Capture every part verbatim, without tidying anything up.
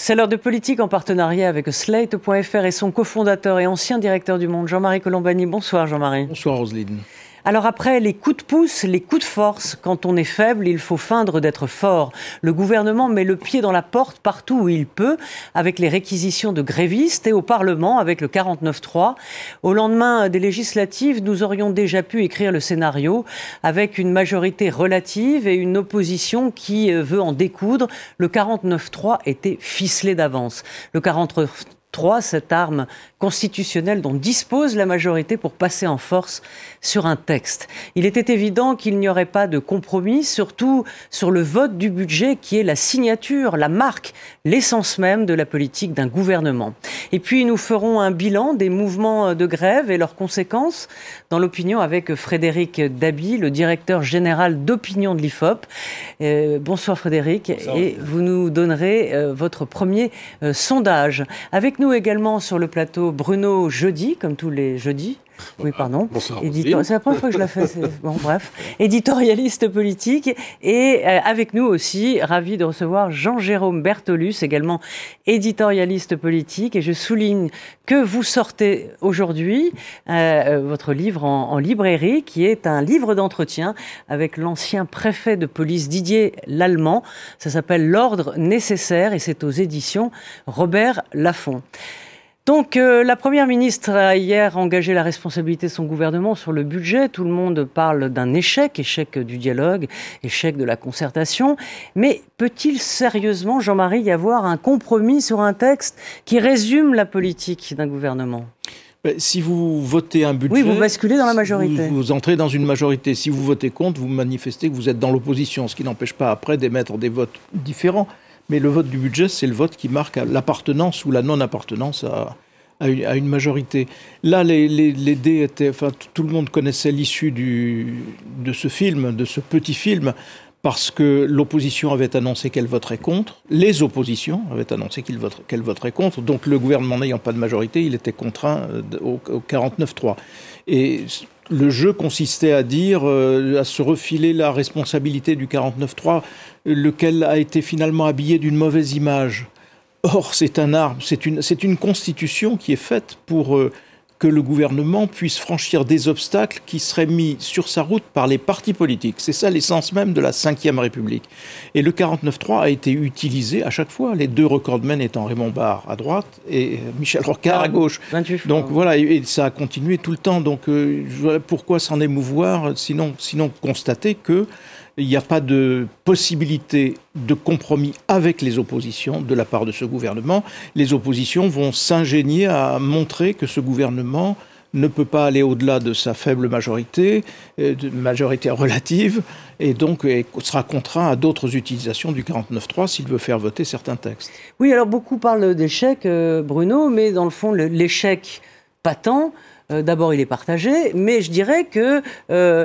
C'est l'heure de politique en partenariat avec Slate point F R et son cofondateur et ancien directeur du Monde, Jean-Marie Colombani. Bonsoir Jean-Marie. Bonsoir Roselyne. Alors après les coups de pouce, les coups de force, quand on est faible, il faut feindre d'être fort. Le gouvernement met le pied dans la porte partout où il peut, avec les réquisitions de grévistes et au Parlement avec le quarante-neuf trois. Au lendemain des législatives, nous aurions déjà pu écrire le scénario avec une majorité relative et une opposition qui veut en découdre. Le quarante-neuf trois était ficelé d'avance. Le quarante-neuf trois, cette arme constitutionnelle dont dispose la majorité pour passer en force sur un texte. Il était évident qu'il n'y aurait pas de compromis, surtout sur le vote du budget qui est la signature, la marque, l'essence même de la politique d'un gouvernement. Et puis nous ferons un bilan des mouvements de grève et leurs conséquences dans l'opinion avec Frédéric Dabi, le directeur général d'opinion de l'I F O P. Euh, bonsoir Frédéric. Bonsoir. Et vous nous donnerez euh, votre premier euh, sondage. Avec nous également sur le plateau Bruno Jeudi, comme tous les jeudis. Oui, pardon. Bonsoir. Éditor... C'est la première fois que je la fais. C'est... Bon, bref. Éditorialiste politique. Et euh, avec nous aussi, ravi de recevoir Jean-Jérôme Bertolus, également éditorialiste politique. Et je souligne que vous sortez aujourd'hui euh, votre livre en, en librairie, qui est un livre d'entretien avec l'ancien préfet de police Didier Lallemand. Ça s'appelle L'ordre nécessaire et c'est aux éditions Robert Laffont. Donc, euh, la Première ministre a hier engagé la responsabilité de son gouvernement sur le budget. Tout le monde parle d'un échec, échec du dialogue, échec de la concertation. Mais peut-il sérieusement, Jean-Marie, y avoir un compromis sur un texte qui résume la politique d'un gouvernement ? Si vous votez un budget... Oui, vous basculez dans la majorité. Vous, vous entrez dans une majorité. Si vous votez contre, vous manifestez que vous êtes dans l'opposition, ce qui n'empêche pas après d'émettre des votes différents. Mais le vote du budget, c'est le vote qui marque l'appartenance ou la non-appartenance à, à, une, à une majorité. Là, les, les, les dés étaient... Enfin, tout le monde connaissait l'issue du, de ce film, de ce petit film, parce que l'opposition avait annoncé qu'elle voterait contre. Les oppositions avaient annoncé qu'elles voteraient, qu'elles voteraient contre. Donc le gouvernement n'ayant pas de majorité, il était contraint au, au quarante-neuf trois. Et le jeu consistait à dire, euh, à se refiler la responsabilité du quarante-neuf trois, lequel a été finalement habillé d'une mauvaise image. Or, c'est un arbre, c'est une, c'est une constitution qui est faite pour euh, que le gouvernement puisse franchir des obstacles qui seraient mis sur sa route par les partis politiques. C'est ça l'essence même de la cinquième République. Et le quarante-neuf trois a été utilisé à chaque fois, les deux recordmen étant Raymond Barre à droite et Michel Rocard à gauche. Donc voilà, et ça a continué tout le temps. Donc euh, pourquoi s'en émouvoir, sinon, sinon constater que il n'y a pas de possibilité de compromis avec les oppositions de la part de ce gouvernement. Les oppositions vont s'ingénier à montrer que ce gouvernement ne peut pas aller au-delà de sa faible majorité, de majorité relative, et donc sera contraint à d'autres utilisations du quarante-neuf trois s'il veut faire voter certains textes. Oui, alors beaucoup parlent d'échec, euh, Bruno, mais dans le fond, le, l'échec patent, euh, d'abord il est partagé, mais je dirais que... Euh,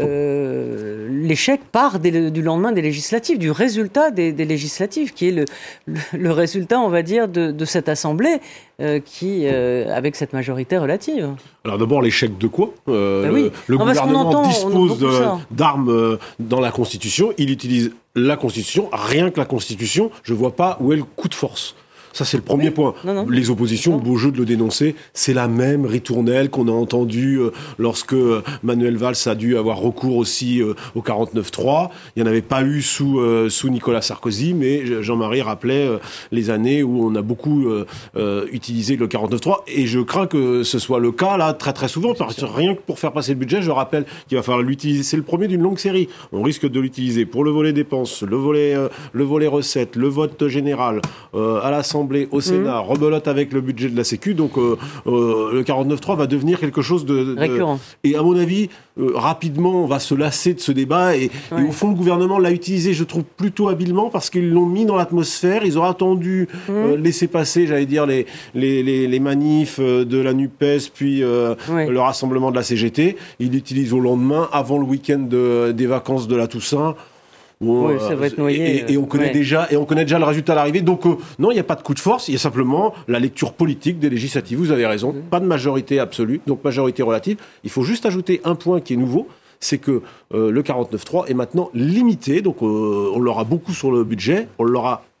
Euh, l'échec part des, du lendemain des législatives, du résultat des, des législatives, qui est le, le, le résultat, on va dire, de, de cette Assemblée, euh, qui, euh, avec cette majorité relative. Alors d'abord, l'échec de quoi euh, ben oui. Le, le non, gouvernement entend, dispose de, d'armes euh, dans la Constitution, il utilise la Constitution, rien que la Constitution, je ne vois pas où est le coup de force. Ça, c'est le premier oui. point. Non, non. Les oppositions, beau jeu de le dénoncer, c'est la même ritournelle qu'on a entendue euh, lorsque euh, Manuel Valls a dû avoir recours aussi euh, au quarante-neuf trois. Il n'y en avait pas eu sous, euh, sous Nicolas Sarkozy, mais Jean-Marie rappelait euh, les années où on a beaucoup euh, euh, utilisé le quarante-neuf trois. Et je crains que ce soit le cas, là, très très souvent, parce que rien que pour faire passer le budget, je rappelle qu'il va falloir l'utiliser. C'est le premier d'une longue série. On risque de l'utiliser pour le volet dépenses, le volet, euh, le volet recettes, le vote général, euh, à l'Assemblée, au Sénat, mmh. rebelote avec le budget de la Sécu, donc euh, euh, le quarante-neuf trois va devenir quelque chose de... de récurrent. Et à mon avis, euh, rapidement, on va se lasser de ce débat, et, ouais. et au fond, le gouvernement l'a utilisé, je trouve, plutôt habilement, parce qu'ils l'ont mis dans l'atmosphère, ils auraient attendu mmh. euh, laisser passer, j'allais dire, les, les, les, les manifs de la NUPES, puis euh, ouais. le rassemblement de la C G T, ils l'utilisent au lendemain, avant le week-end de, des vacances de la Toussaint. Bon, oui, ça va être noyé. Et, et, on connaît ouais. déjà, et on connaît déjà le résultat à l'arrivée. Donc, euh, non, il n'y a pas de coup de force. Il y a simplement la lecture politique des législatives. Vous avez raison. Mmh. Pas de majorité absolue, donc majorité relative. Il faut juste ajouter un point qui est nouveau. C'est que euh, le quarante-neuf trois est maintenant limité. Donc, euh, on l'aura beaucoup sur le budget. On l'aura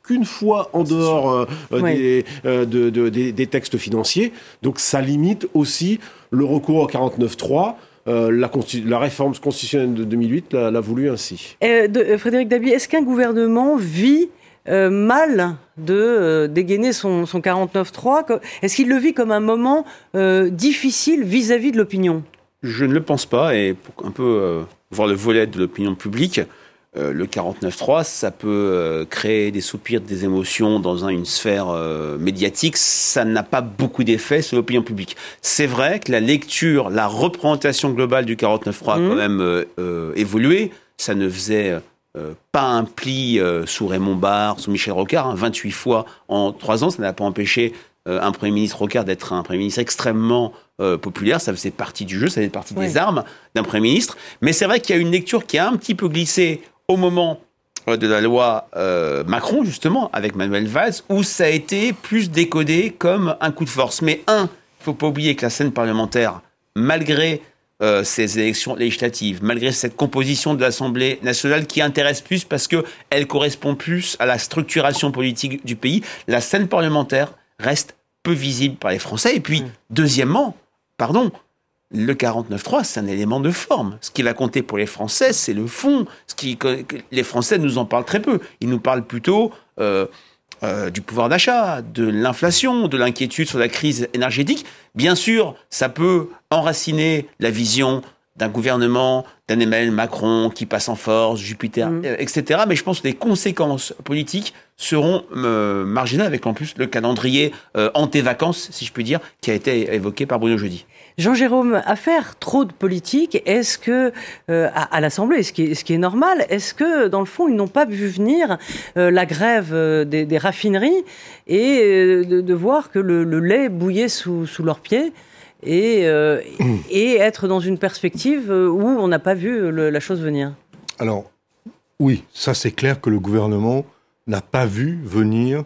qu'une fois en dehors euh, oui. des, euh, de, de, des, des textes financiers. Donc ça limite aussi le recours au quarante-neuf trois. Euh, la, constitu- la réforme constitutionnelle de deux mille huit l'a, l'a voulu ainsi. Euh, de, euh, Frédéric Dabi, est-ce qu'un gouvernement vit euh, mal de euh, dégainer son, son quarante-neuf trois ? Est-ce qu'il le vit comme un moment euh, difficile vis-à-vis de l'opinion ? Je ne le pense pas, et pour un peu euh, voir le volet de l'opinion publique, euh, le quarante-neuf trois, ça peut euh, créer des soupirs, des émotions dans un, une sphère euh, médiatique. Ça n'a pas beaucoup d'effet sur l'opinion publique. C'est vrai que la lecture, la représentation globale du quarante-neuf trois mmh. a quand même euh, euh, évolué. Ça ne faisait euh, pas un pli euh, sous Raymond Barre, sous Michel Rocard, hein, vingt-huit fois en trois ans. Ça n'a pas empêché euh, un Premier ministre Rocard d'être un Premier ministre extrêmement euh, populaire. Ça faisait partie du jeu, ça faisait partie oui. des armes d'un Premier ministre. Mais c'est vrai qu'il y a une lecture qui a un petit peu glissé au moment de la loi euh, Macron, justement, avec Manuel Valls, où ça a été plus décodé comme un coup de force. Mais un, il ne faut pas oublier que la scène parlementaire, malgré euh, ces élections législatives, malgré cette composition de l'Assemblée nationale qui intéresse plus parce qu'elle correspond plus à la structuration politique du pays, la scène parlementaire reste peu visible par les Français. Et puis, mmh. deuxièmement, pardon, le quarante-neuf trois, c'est un élément de forme. Ce qui va compter pour les Français, c'est le fond. Ce qui, les Français nous en parlent très peu. Ils nous parlent plutôt euh, euh, du pouvoir d'achat, de l'inflation, de l'inquiétude sur la crise énergétique. Bien sûr, ça peut enraciner la vision d'un gouvernement, d'un Emmanuel Macron qui passe en force, Jupiter, mmh. et cetera. Mais je pense que les conséquences politiques seront euh, marginales, avec en plus le calendrier euh, anté-vacances, si je puis dire, qui a été évoqué par Bruno Jeudi. Jean-Jérôme, à faire trop de politique, est-ce que, euh, à, à l'Assemblée, ce qui, est, ce qui est normal, est-ce que, dans le fond, ils n'ont pas vu venir euh, la grève euh, des, des raffineries et euh, de, de voir que le, le lait bouillait sous, sous leurs pieds et, euh, mmh. et être dans une perspective où on n'a pas vu le, la chose venir ? Alors, oui, ça c'est clair que le gouvernement n'a pas vu venir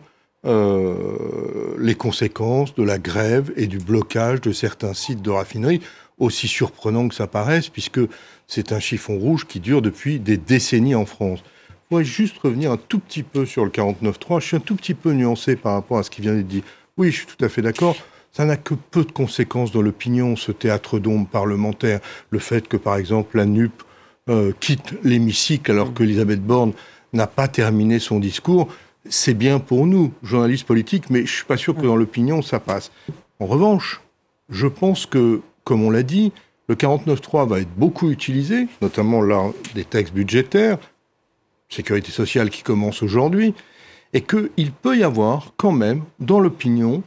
Euh, les conséquences de la grève et du blocage de certains sites de raffinerie, aussi surprenant que ça paraisse, puisque c'est un chiffon rouge qui dure depuis des décennies en France. Je voudrais juste revenir un tout petit peu sur le quarante-neuf trois. Je suis un tout petit peu nuancé par rapport à ce qui vient d'être dit. Oui, je suis tout à fait d'accord. Ça n'a que peu de conséquences dans l'opinion, ce théâtre d'ombre parlementaire. Le fait que, par exemple, la N U P euh, quitte l'hémicycle alors que Elisabeth Borne n'a pas terminé son discours, c'est bien pour nous, journalistes politiques, mais je ne suis pas sûr que dans l'opinion, ça passe. En revanche, je pense que, comme on l'a dit, le quarante-neuf trois va être beaucoup utilisé, notamment lors des textes budgétaires, sécurité sociale qui commence aujourd'hui, et qu'il peut y avoir quand même, dans l'opinion,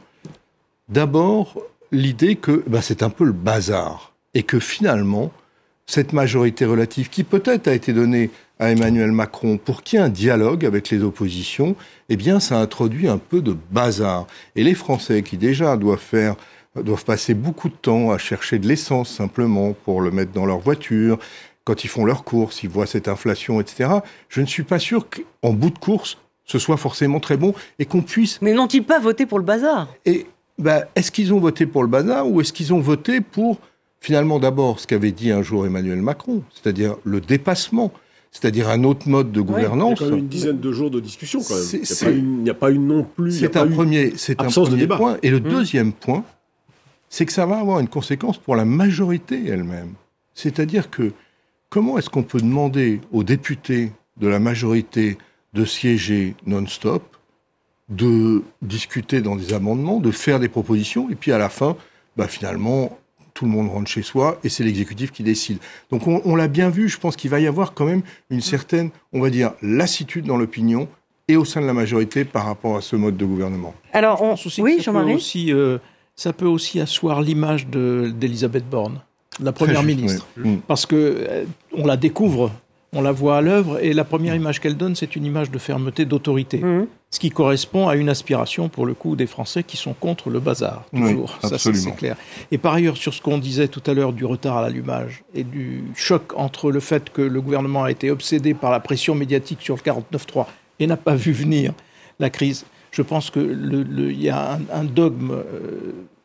d'abord l'idée que ben, c'est un peu le bazar, et que finalement, cette majorité relative qui peut-être a été donnée à Emmanuel Macron pour qu'il y ait un dialogue avec les oppositions, eh bien, ça introduit un peu de bazar. Et les Français qui déjà doivent faire, doivent passer beaucoup de temps à chercher de l'essence simplement pour le mettre dans leur voiture, quand ils font leurs courses, ils voient cette inflation, et cetera. Je ne suis pas sûr qu'en bout de course, ce soit forcément très bon et qu'on puisse... Mais n'ont-ils pas voté pour le bazar ? Et ben, est-ce qu'ils ont voté pour le bazar ou est-ce qu'ils ont voté pour, finalement, d'abord, ce qu'avait dit un jour Emmanuel Macron, c'est-à-dire le dépassement, c'est-à-dire un autre mode de gouvernance. Il y a quand même une dizaine de jours de discussion, quand même. C'est, il n'y a, pas une, il n'y a pas une non plus... C'est un premier, c'est un premier point. Et le mmh. deuxième point, c'est que ça va avoir une conséquence pour la majorité elle-même. C'est-à-dire que, comment est-ce qu'on peut demander aux députés de la majorité de siéger non-stop, de discuter dans des amendements, de faire des propositions, et puis à la fin, bah finalement... tout le monde rentre chez soi et c'est l'exécutif qui décide. Donc on, on l'a bien vu, je pense qu'il va y avoir quand même une certaine, on va dire, lassitude dans l'opinion et au sein de la majorité par rapport à ce mode de gouvernement. Alors, on... oui, Jean-Marie aussi, euh, ça peut aussi asseoir l'image de, d'Elisabeth Borne, de la Première juste, ministre. Oui. Parce qu'on euh, la découvre, on la voit à l'œuvre et la première image qu'elle donne, c'est une image de fermeté, d'autorité. Mmh. Ce qui correspond à une aspiration, pour le coup, des Français qui sont contre le bazar, toujours. Oui, ça, c'est, c'est clair. Et par ailleurs, sur ce qu'on disait tout à l'heure du retard à l'allumage et du choc entre le fait que le gouvernement a été obsédé par la pression médiatique sur le quarante-neuf trois et n'a pas vu venir la crise, je pense qu'il y a un, un dogme euh,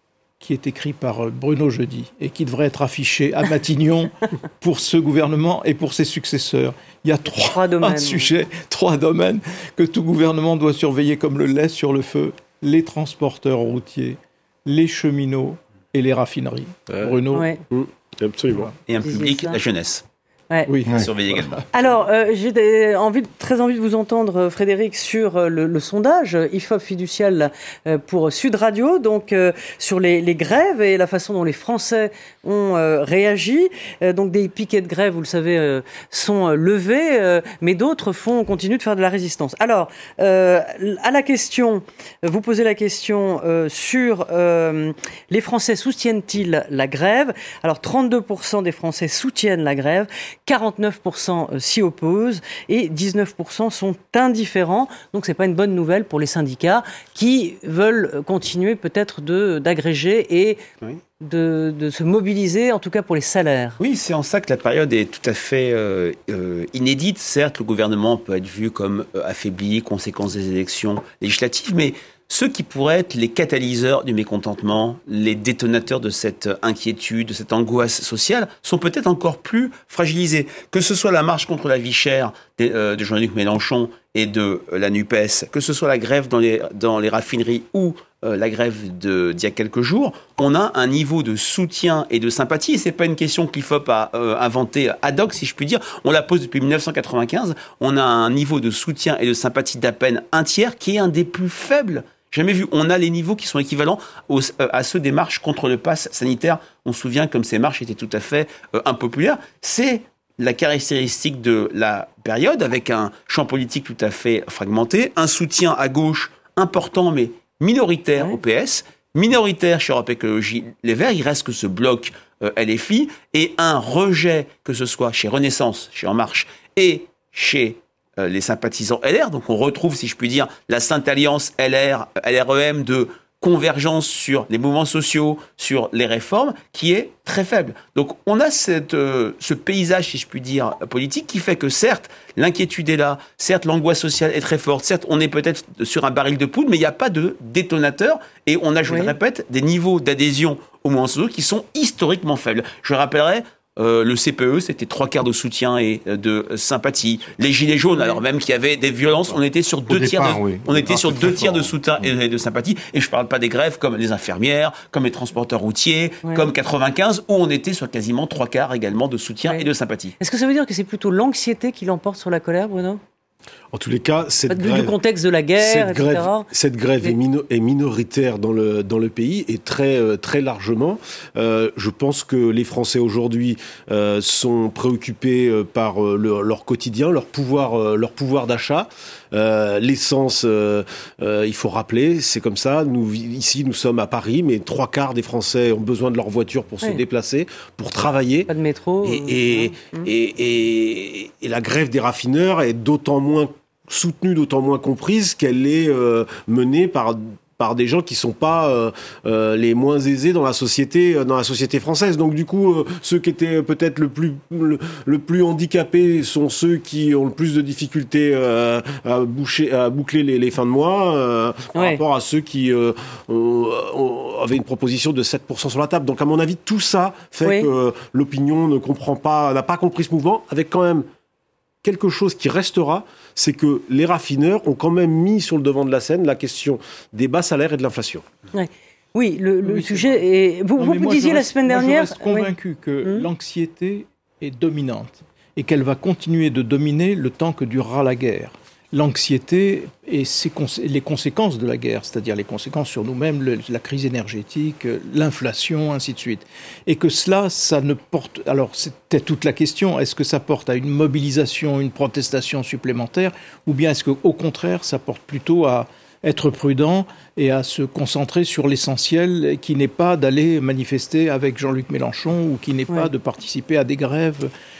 qui est écrit par Bruno Jeudi et qui devrait être affiché à Matignon pour ce gouvernement et pour ses successeurs. Il y a trois, trois domaines, sujets, trois domaines que tout gouvernement doit surveiller comme le lait sur le feu. Les transporteurs routiers, les cheminots et les raffineries. Ouais. Bruno ouais. Mmh, absolument. Et un public, la jeunesse. Ouais. Oui, ouais. Surveiller également. Alors, euh, j'ai envie, très envie de vous entendre, Frédéric, sur le, le sondage I F O P fiducial pour Sud Radio, donc euh, sur les, les grèves et la façon dont les Français ont euh, réagi. Euh, donc des piquets de grève, vous le savez, euh, sont levés, euh, mais d'autres font, continuent de faire de la résistance. Alors, euh, à la question, vous posez la question euh, sur euh, les Français soutiennent-ils la grève ? Alors, trente-deux pour cent des Français soutiennent la grève. quarante-neuf pour cent s'y opposent et dix-neuf pour cent sont indifférents. Donc, ce n'est pas une bonne nouvelle pour les syndicats qui veulent continuer peut-être de, d'agréger et oui. de, de se mobiliser, en tout cas pour les salaires. Oui, c'est en ça que la période est tout à fait euh, euh, inédite. Certes, le gouvernement peut être vu comme euh, affaibli, conséquence des élections législatives, mais ceux qui pourraient être les catalyseurs du mécontentement, les détonateurs de cette inquiétude, de cette angoisse sociale, sont peut-être encore plus fragilisés. Que ce soit la marche contre la vie chère de, euh, de Jean-Luc Mélenchon et de euh, la NUPES, que ce soit la grève dans les, dans les raffineries ou euh, la grève de, d'il y a quelques jours, on a un niveau de soutien et de sympathie. Et ce n'est pas une question que l'I F O P a euh, inventée ad hoc, si je puis dire. On la pose depuis dix-neuf cent quatre-vingt-quinze. On a un niveau de soutien et de sympathie d'à peine un tiers, qui est un des plus faibles jamais vu. On a les niveaux qui sont équivalents aux, euh, à ceux des marches contre le pass sanitaire. On se souvient comme ces marches étaient tout à fait euh, impopulaires. C'est la caractéristique de la période, avec un champ politique tout à fait fragmenté, un soutien à gauche important mais minoritaire au P S, minoritaire chez Europe Écologie Les Verts. Il reste que ce bloc euh, L F I et un rejet, que ce soit chez Renaissance, chez En Marche et chez Euh, les sympathisants L R. Donc on retrouve, si je puis dire, la Sainte Alliance L R, L R E M de convergence sur les mouvements sociaux, sur les réformes, qui est très faible. Donc on a cette, euh, ce paysage, si je puis dire, politique, qui fait que certes, l'inquiétude est là, certes, l'angoisse sociale est très forte, certes, on est peut-être sur un baril de poudre, mais il n'y a pas de détonateur, et on a, je oui. le répète, des niveaux d'adhésion aux mouvements sociaux qui sont historiquement faibles. Je rappellerai, Euh, le C P E, c'était trois quarts de soutien et euh, de euh, sympathie. Les gilets jaunes, alors même qu'il y avait des violences, on était sur deux départ, tiers, de, oui. on était sur deux tiers de soutien et de, de sympathie. Et je parle pas des grèves comme les infirmières, comme les transporteurs routiers, ouais. comme quatre-vingt-quinze, où on était sur quasiment trois quarts également de soutien ouais. et de sympathie. Est-ce que ça veut dire que c'est plutôt l'anxiété qui l'emporte sur la colère, Bruno ? En tous les cas, cette du, grève, du contexte de la guerre, cette et cetera. Grève, cette grève est, mino, est minoritaire dans le dans le pays et très euh, très largement. Euh, je pense que les Français aujourd'hui euh, sont préoccupés euh, par euh, le, leur quotidien, leur pouvoir euh, leur pouvoir d'achat. Euh, l'essence, euh, euh, il faut rappeler, c'est comme ça. Nous ici, nous sommes à Paris, mais trois quarts des Français ont besoin de leur voiture pour oui. se déplacer, pour travailler. Pas de métro. Et et, euh, et, et, et la grève des raffineurs est d'autant moins soutenue, d'autant moins comprise qu'elle est euh, menée par par des gens qui sont pas euh, euh, les moins aisés dans la société euh, dans la société française. Donc du coup, euh, ceux qui étaient peut-être le plus le, le plus handicapés sont ceux qui ont le plus de difficultés euh, à boucher à boucler les, les fins de mois euh, par ouais. rapport à ceux qui euh, ont, ont, avaient une proposition de sept pour cent sur la table. Donc à mon avis, tout ça fait oui. que euh, l'opinion ne comprend pas, n'a pas compris ce mouvement, avec quand même quelque chose qui restera, c'est que les raffineurs ont quand même mis sur le devant de la scène la question des bas salaires et de l'inflation. Ouais. Oui, le, le oui, sujet est... Vous, non, vous vous disiez reste, la semaine dernière... Moi, je reste convaincu oui. que mmh. l'anxiété est dominante et qu'elle va continuer de dominer le temps que durera la guerre. L'anxiété et ses cons- les conséquences de la guerre, c'est-à-dire les conséquences sur nous-mêmes, le, la crise énergétique, l'inflation, ainsi de suite. Et que cela, ça ne porte... Alors, c'était toute la question. Est-ce que ça porte à une mobilisation, une protestation supplémentaire, ou bien est-ce qu'au contraire, ça porte plutôt à être prudent et à se concentrer sur l'essentiel, qui n'est pas d'aller manifester avec Jean-Luc Mélenchon ou qui n'est ouais. pas de participer à des grèves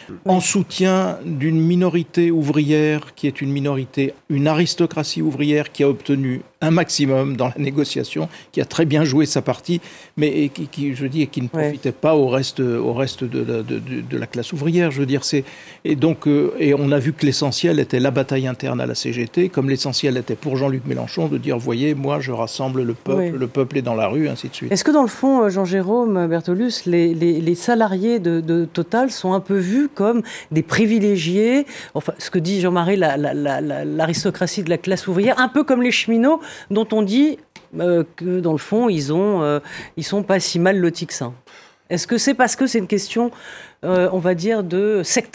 en soutien d'une minorité ouvrière qui est une minorité, une aristocratie ouvrière qui a obtenu un maximum dans la négociation, qui a très bien joué sa partie, mais qui, qui je dis, qui ne profitait ouais. pas au reste, au reste de, la, de, de, de la classe ouvrière. Je veux dire, c'est et donc euh, et on a vu que l'essentiel était la bataille interne à la C G T, comme l'essentiel était pour Jean-Luc Mélenchon de dire, voyez, moi je rassemble le peuple, oui. le peuple est dans la rue, ainsi de suite. Est-ce que dans le fond, Jean-Jérôme Bertolus, les, les, les salariés de, de Total sont un peu vus comme des privilégiés, enfin ce que dit Jean-Marie, la, la, la, la, l'aristocratie de la classe ouvrière, un peu comme les cheminots, dont on dit euh, que dans le fond ils ont, euh, ils sont pas si mal lotis que ça. Est-ce que c'est parce que c'est une question, euh, on va dire, de secteur ?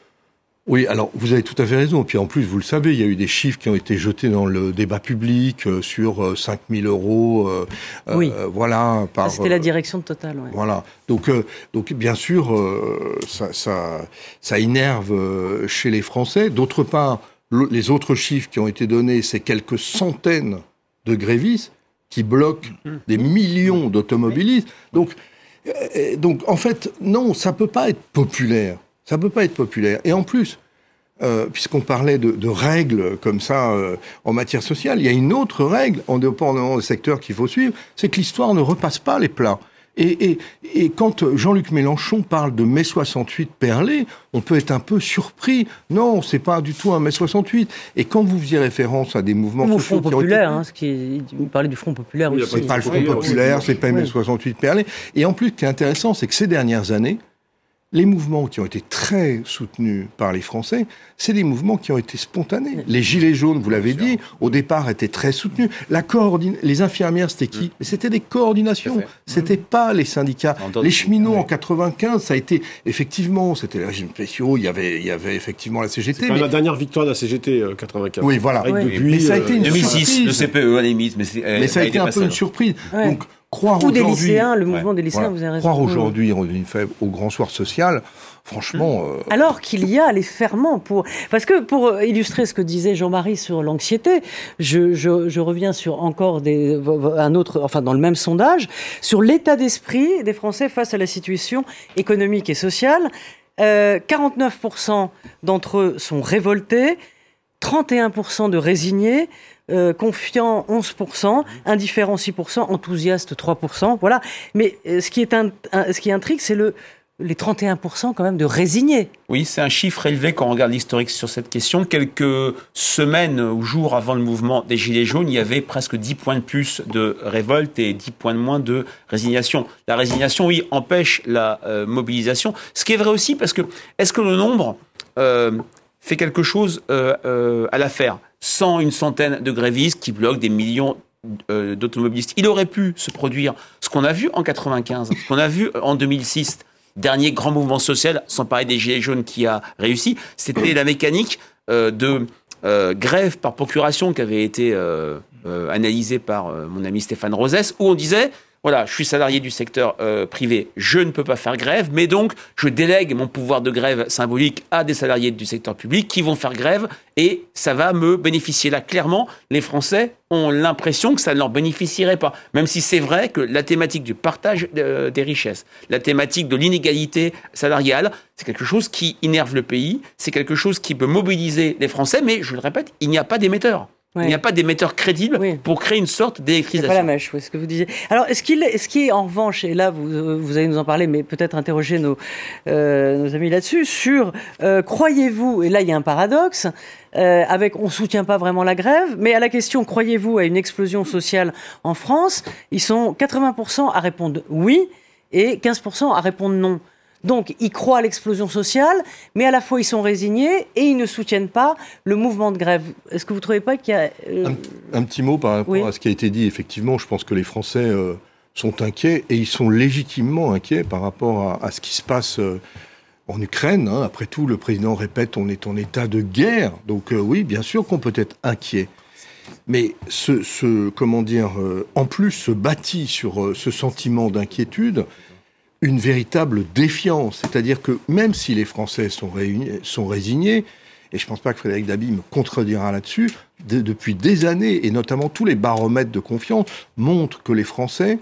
Oui, alors vous avez tout à fait raison. Puis en plus, vous le savez, il y a eu des chiffres qui ont été jetés dans le débat public euh, sur euh, cinq mille euros. Euh, oui. Euh, voilà. Par, ça, c'était la direction de Total. Ouais. Voilà. Donc, euh, donc bien sûr, euh, ça, ça, ça énerve euh, chez les Français. D'autre part, le, les autres chiffres qui ont été donnés, c'est quelques centaines de grévistes qui bloquent des millions d'automobilistes. Donc, euh, donc, en fait, non, ça peut pas être populaire. Ça peut pas être populaire. Et en plus, euh, puisqu'on parlait de, de règles comme ça euh, en matière sociale, il y a une autre règle, en dépendant des secteurs qu'il faut suivre, c'est que l'histoire ne repasse pas les plats. Et, et, et quand Jean-Luc Mélenchon parle de mai soixante-huit perlé, on peut être un peu surpris. Non, c'est pas du tout un mai soixante-huit. Et quand vous faisiez référence à des mouvements Ou sociaux... Front populaire, été... hein, ce qui est... vous parlez du Front populaire oui, aussi. C'est pas le Front populaire, c'est pas mai soixante-huit perlé. Et en plus, ce qui est intéressant, c'est que ces dernières années, les mouvements qui ont été très soutenus par les Français, c'est des mouvements qui ont été spontanés. Les Gilets jaunes, vous l'avez dit, au départ étaient très soutenus. La coordine... Les infirmières, c'était qui ? Mais c'était des coordinations. C'était pas les syndicats. Les cheminots, en quatre-vingt-quinze, ça a été... Effectivement, c'était les régimes spéciaux, il y avait, il y avait effectivement la C G T. C'est mais... la dernière victoire de la C G T, euh, quatre-vingt-quinze. Oui, voilà. Oui. Depuis, mais ça a été une deux mille six, surprise. le C P E, à la limite. Mais, c'est, mais ça a été un peu seul. Une surprise. Ouais. Donc, croire Ou aujourd'hui... des lycéens, le mouvement ouais. des lycéens, voilà. vous avez raison. Croire aujourd'hui au grand soir social... Franchement... Euh... Alors qu'il y a les ferments pour... Parce que pour illustrer ce que disait Jean-Marie sur l'anxiété, je, je, je reviens sur encore des, un autre... Enfin, dans le même sondage, sur l'état d'esprit des Français face à la situation économique et sociale. Euh, quarante-neuf pour cent d'entre eux sont révoltés, trente et un pour cent de résignés, Euh, confiant onze pour cent, indifférent six pour cent, enthousiaste trois pour cent, voilà. Mais euh, ce qui est un, un, ce qui intrigue, c'est le les trente et un pour cent quand même de résignés. Oui, c'est un chiffre élevé quand on regarde l'historique sur cette question. Quelques semaines ou jours avant le mouvement des Gilets jaunes, il y avait presque dix points de plus de révolte et dix points de moins de résignation. La résignation, oui, empêche la euh, mobilisation. Ce qui est vrai aussi parce que, est-ce que le nombre euh, fait quelque chose euh, euh, à l'affaire ? Sans une centaine de grévistes qui bloquent des millions euh, d'automobilistes. Il aurait pu se produire ce qu'on a vu en quatre-vingt-quinze, ce qu'on a vu en deux mille six, dernier grand mouvement social, sans parler des Gilets jaunes qui a réussi, c'était la mécanique euh, de euh, grève par procuration qui avait été euh, euh, analysée par euh, mon ami Stéphane Rosès, où on disait... Voilà, je suis salarié du secteur euh, privé, je ne peux pas faire grève, mais donc je délègue mon pouvoir de grève symbolique à des salariés du secteur public qui vont faire grève et ça va me bénéficier. Là, clairement, les Français ont l'impression que ça ne leur bénéficierait pas, même si c'est vrai que la thématique du partage euh, des richesses, la thématique de l'inégalité salariale, c'est quelque chose qui énerve le pays, c'est quelque chose qui peut mobiliser les Français, mais je le répète, il n'y a pas d'émetteur. Ouais. Il n'y a pas d'émetteur crédible oui. pour créer une sorte d'électrisation. C'est pas la mèche, oui, ce que vous disiez. Alors, est-ce qu'il, est-ce qu'il est en revanche, et là vous, vous allez nous en parler, mais peut-être interroger nos, euh, nos amis là-dessus, sur euh, croyez-vous, et là il y a un paradoxe, euh, avec on soutient pas vraiment la grève, mais à la question croyez-vous à une explosion sociale en France, ils sont quatre-vingts pour cent à répondre oui et quinze pour cent à répondre non. Donc, ils croient à l'explosion sociale, mais à la fois, ils sont résignés et ils ne soutiennent pas le mouvement de grève. Est-ce que vous ne trouvez pas qu'il y a... Euh... Un, un petit mot par rapport oui. à ce qui a été dit. Effectivement, je pense que les Français euh, sont inquiets, et ils sont légitimement inquiets par rapport à, à ce qui se passe euh, en Ukraine. Hein. Après tout, le président répète, on est en état de guerre. Donc euh, oui, bien sûr qu'on peut être inquiet. Mais ce, ce comment dire, euh, en plus, se bâtit sur euh, ce sentiment d'inquiétude une véritable défiance. C'est-à-dire que même si les Français sont, réunis, sont résignés, et je ne pense pas que Frédéric Dabi me contredira là-dessus, de, depuis des années, et notamment tous les baromètres de confiance, montrent que les Français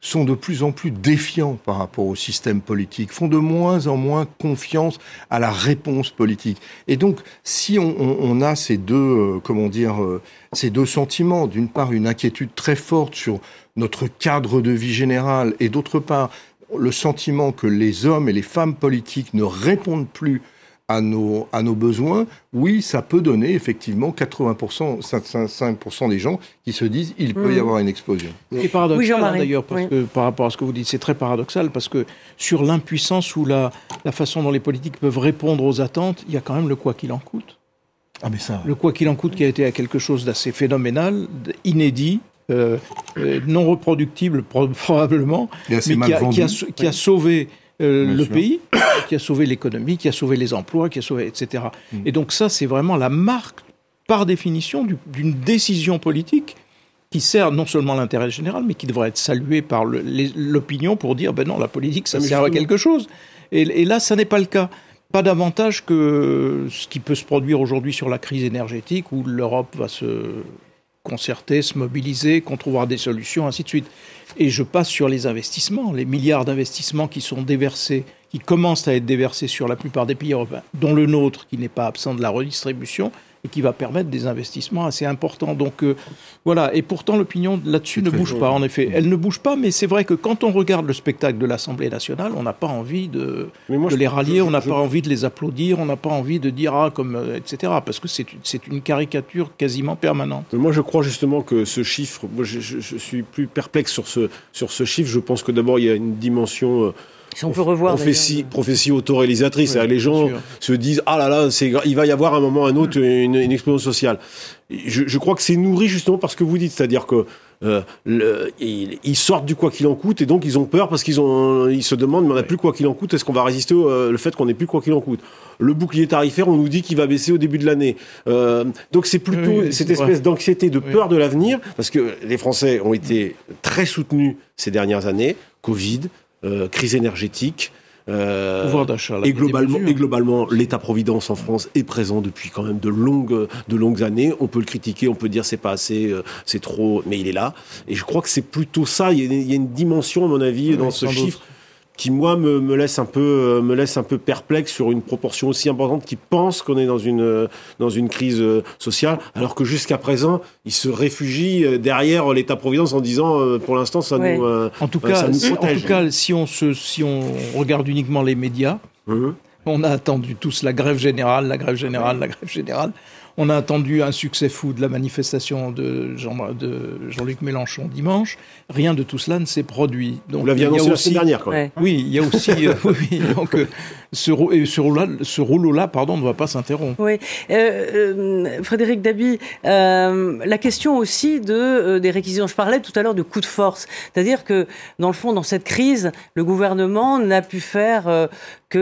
sont de plus en plus défiants par rapport au système politique, font de moins en moins confiance à la réponse politique. Et donc, si on, on, on a ces deux, euh, comment dire, euh, ces deux sentiments, d'une part une inquiétude très forte sur notre cadre de vie général, et d'autre part le sentiment que les hommes et les femmes politiques ne répondent plus à nos, à nos besoins, oui, ça peut donner effectivement quatre-vingts pour cent, cinq pour cent des gens qui se disent il peut mmh. y avoir une explosion. C'est paradoxal oui, hein, d'ailleurs, parce oui. que, par rapport à ce que vous dites, c'est très paradoxal, parce que sur l'impuissance ou la, la façon dont les politiques peuvent répondre aux attentes, il y a quand même le quoi qu'il en coûte. Ah, mais ça... Le quoi qu'il en coûte qui a été à quelque chose d'assez phénoménal, inédit, euh, euh, non reproductible probablement, mais qui a, qui a, qui oui. a sauvé... Euh, le sûr. pays, qui a sauvé l'économie, qui a sauvé les emplois, qui a sauvé, et cetera. Mmh. Et donc ça, c'est vraiment la marque, par définition, du, d'une décision politique qui sert non seulement l'intérêt général, mais qui devrait être saluée par le, les, l'opinion pour dire, ben non, la politique, ça mais sert justement. à quelque chose. Et, et là, ça n'est pas le cas. Pas davantage que ce qui peut se produire aujourd'hui sur la crise énergétique, où l'Europe va se concerter, se mobiliser, qu'on trouvera des solutions, ainsi de suite. Et je passe sur les investissements, les milliards d'investissements qui sont déversés, qui commencent à être déversés sur la plupart des pays européens, dont le nôtre, qui n'est pas absent de la redistribution, et qui va permettre des investissements assez importants. Donc euh, voilà, et pourtant l'opinion là-dessus ne bouge pas, en effet. Elle ne bouge pas, mais c'est vrai que quand on regarde le spectacle de l'Assemblée nationale, on n'a pas envie de, moi, de je, les rallier, je, je, on n'a je, pas je... envie de les applaudir, on n'a pas envie de dire « ah », comme, euh, et cetera, parce que c'est, c'est une caricature quasiment permanente. Moi, je crois justement que ce chiffre, moi, je, je, je suis plus perplexe sur ce, sur ce chiffre. Je pense que d'abord, il y a une dimension... Euh, Si on peut revoir prophétie, prophétie autoréalisatrice. Oui, les gens se disent ah là là, c'est, il va y avoir un moment un autre une, une explosion sociale. Je, je crois que c'est nourri justement par ce que vous dites, c'est-à-dire que euh, le, ils, ils sortent du quoi qu'il en coûte et donc ils ont peur parce qu'ils ont, ils se demandent mais on n'a plus quoi qu'il en coûte. Est-ce qu'on va résister au euh, le fait qu'on n'ait plus quoi qu'il en coûte? Le bouclier tarifaire, on nous dit qu'il va baisser au début de l'année. Euh, donc c'est plutôt oui, cette c'est espèce vrai. d'anxiété, de peur oui. de l'avenir, parce que les Français ont été très soutenus ces dernières années. Covid. Euh, crise énergétique, euh, pouvoir d'achat, et globalement, et globalement, l'État-providence en France est présent depuis quand même de longues, de longues années. On peut le critiquer, on peut dire c'est pas assez, euh, c'est trop, mais il est là. Et je crois que c'est plutôt ça. Il y a, il y a une dimension, à mon avis, oui, dans ce chiffre doute. qui, moi, me, me laisse un peu, me laisse un peu perplexe sur une proportion aussi importante qui pense qu'on est dans une, dans une crise sociale, alors que jusqu'à présent, ils se réfugient derrière l'État-providence en disant, pour l'instant, ça ouais. nous, euh, en tout cas, ça nous protège. En tout cas, si on se, si on regarde uniquement les médias, mmh. on a attendu tous la grève générale, la grève générale, la grève générale. On a attendu un succès fou de la manifestation de, Jean, de Jean-Luc Mélenchon dimanche. Rien de tout cela ne s'est produit. Donc, vous l'aviez annoncé la semaine dernière, quand même. Ouais. Oui, il y a aussi... euh, oui, donc, euh, ce, ce, rouleau-là, ce rouleau-là pardon, ne va pas s'interrompre. Oui. Euh, euh, Frédéric Dabi, euh, la question aussi de, euh, des réquisitions. Je parlais tout à l'heure de coup de force. C'est-à-dire que, dans le fond, dans cette crise, le gouvernement n'a pu faire... Euh, que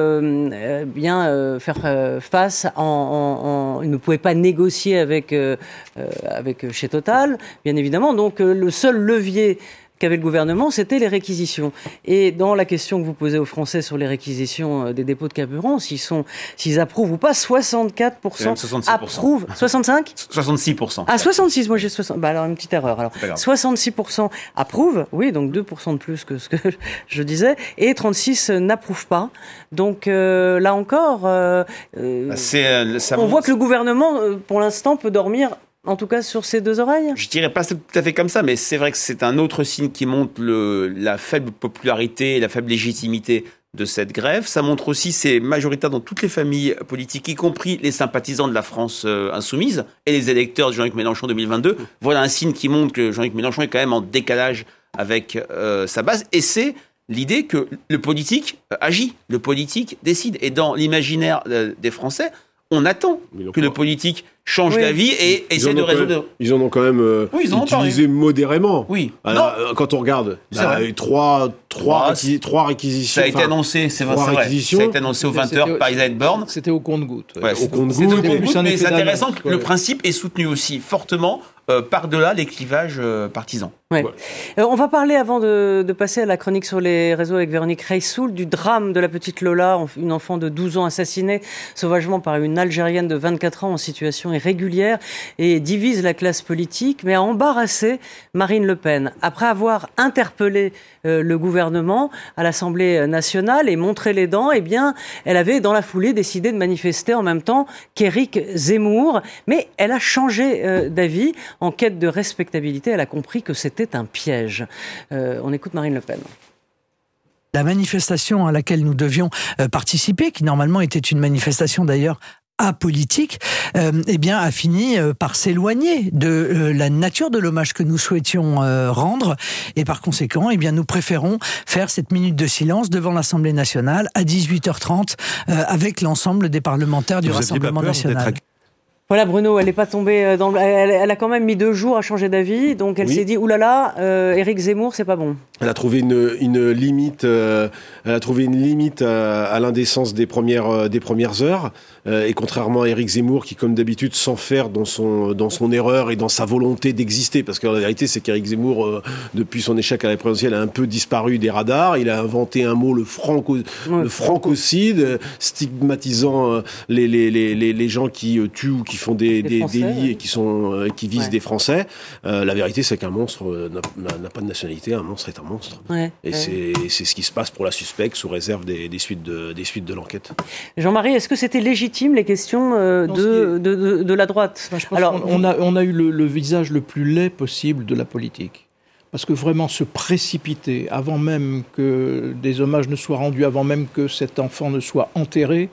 euh, bien euh, faire euh, face en, en, en il ne pouvait pas négocier avec euh, avec chez Total, bien évidemment. Donc euh, le seul levier qu'avait le gouvernement, c'était les réquisitions. Et dans la question que vous posez aux Français sur les réquisitions des dépôts de carburant, s'ils sont, s'ils approuvent ou pas, soixante-quatre pour cent approuvent. soixante-cinq soixante-six pour cent. Ah, soixante-six, moi j'ai soixante. Bah alors une petite erreur. Alors soixante-six pour cent approuvent, oui, donc deux pour cent de plus que ce que je disais, et trente-six n'approuvent pas. Donc euh, là encore, euh, C'est, euh, ça on monte. voit que le gouvernement, pour l'instant, peut dormir. En tout cas, sur ces deux oreilles ? Je dirais pas tout à fait comme ça, mais c'est vrai que c'est un autre signe qui montre le, la faible popularité et la faible légitimité de cette grève. Ça montre aussi, c'est majoritaire dans toutes les familles politiques, y compris les sympathisants de la France euh, insoumise et les électeurs de Jean-Luc Mélenchon deux mille vingt-deux. Voilà un signe qui montre que Jean-Luc Mélenchon est quand même en décalage avec euh, sa base. Et c'est l'idée que le politique euh, agit, le politique décide. Et dans l'imaginaire euh, des Français, on attend que le politique change oui. d'avis et ils essaie de résoudre. Ils en ont quand même euh, oui, utilisé modérément. Oui. Alors, non. Quand on regarde, bah, trois, trois, réquis, trois réquisitions. Ça a été enfin, annoncé, c'est vrai. Ça a été annoncé aux vingt heures par Elisabeth Borne. C'était au compte-gouttes. Ouais, au compte-gouttes. Mais c'est intéressant que le principe est soutenu aussi fortement euh, par-delà les clivages euh, partisans. Ouais. Ouais. Euh, on va parler, avant de, de passer à la chronique sur les réseaux avec Véronique Reissoul, du drame de la petite Lola, une enfant de douze ans assassinée sauvagement par une Algérienne de vingt-quatre ans en situation est régulière et divise la classe politique, mais a embarrassé Marine Le Pen. Après avoir interpellé euh, le gouvernement à l'Assemblée nationale et montré les dents, eh bien, elle avait dans la foulée décidé de manifester en même temps qu'Éric Zemmour. Mais elle a changé euh, d'avis. En quête de respectabilité, elle a compris que c'était un piège. Euh, on écoute Marine Le Pen. La manifestation à laquelle nous devions euh, participer, qui normalement était une manifestation d'ailleurs apolitique, euh, eh bien, a fini euh, par s'éloigner de euh, la nature de l'hommage que nous souhaitions euh, rendre. Et par conséquent, eh bien, nous préférons faire cette minute de silence devant l'Assemblée nationale à dix-huit heures trente euh, avec l'ensemble des parlementaires du Vous Rassemblement national. Voilà, Bruno, elle n'est pas tombée dans le... elle, elle a quand même mis deux jours à changer d'avis, donc elle oui. s'est dit oulala, euh, Éric Zemmour, c'est pas bon. Elle a trouvé une, une limite, euh, elle a trouvé une limite à, à l'indécence des premières euh, des premières heures. Euh, et contrairement à Éric Zemmour, qui comme d'habitude s'enferme dans son dans son erreur et dans sa volonté d'exister, parce que la vérité c'est qu'Éric Zemmour, euh, depuis son échec à la présidentielle, a un peu disparu des radars. Il a inventé un mot, le franco, ouais. le francocide, stigmatisant euh, les, les les les les gens qui euh, tuent ou qui font des, des Français, délits ouais. et qui sont euh, qui visent ouais. des Français. Euh, la vérité c'est qu'un monstre euh, n'a, n'a pas de nationalité. Un monstre est un monstre. Ouais, et ouais. c'est, c'est ce qui se passe pour la suspecte sous réserve des, des, suites, de, des suites de l'enquête. Jean-Marie, est-ce que c'était légitime les questions euh, non, de, de, de, de la droite? Enfin, je pense Alors, on, on, a, on a eu le, le visage le plus laid possible de la politique. Parce que vraiment se précipiter avant même que des hommages ne soient rendus, avant même que cet enfant ne soit enterré,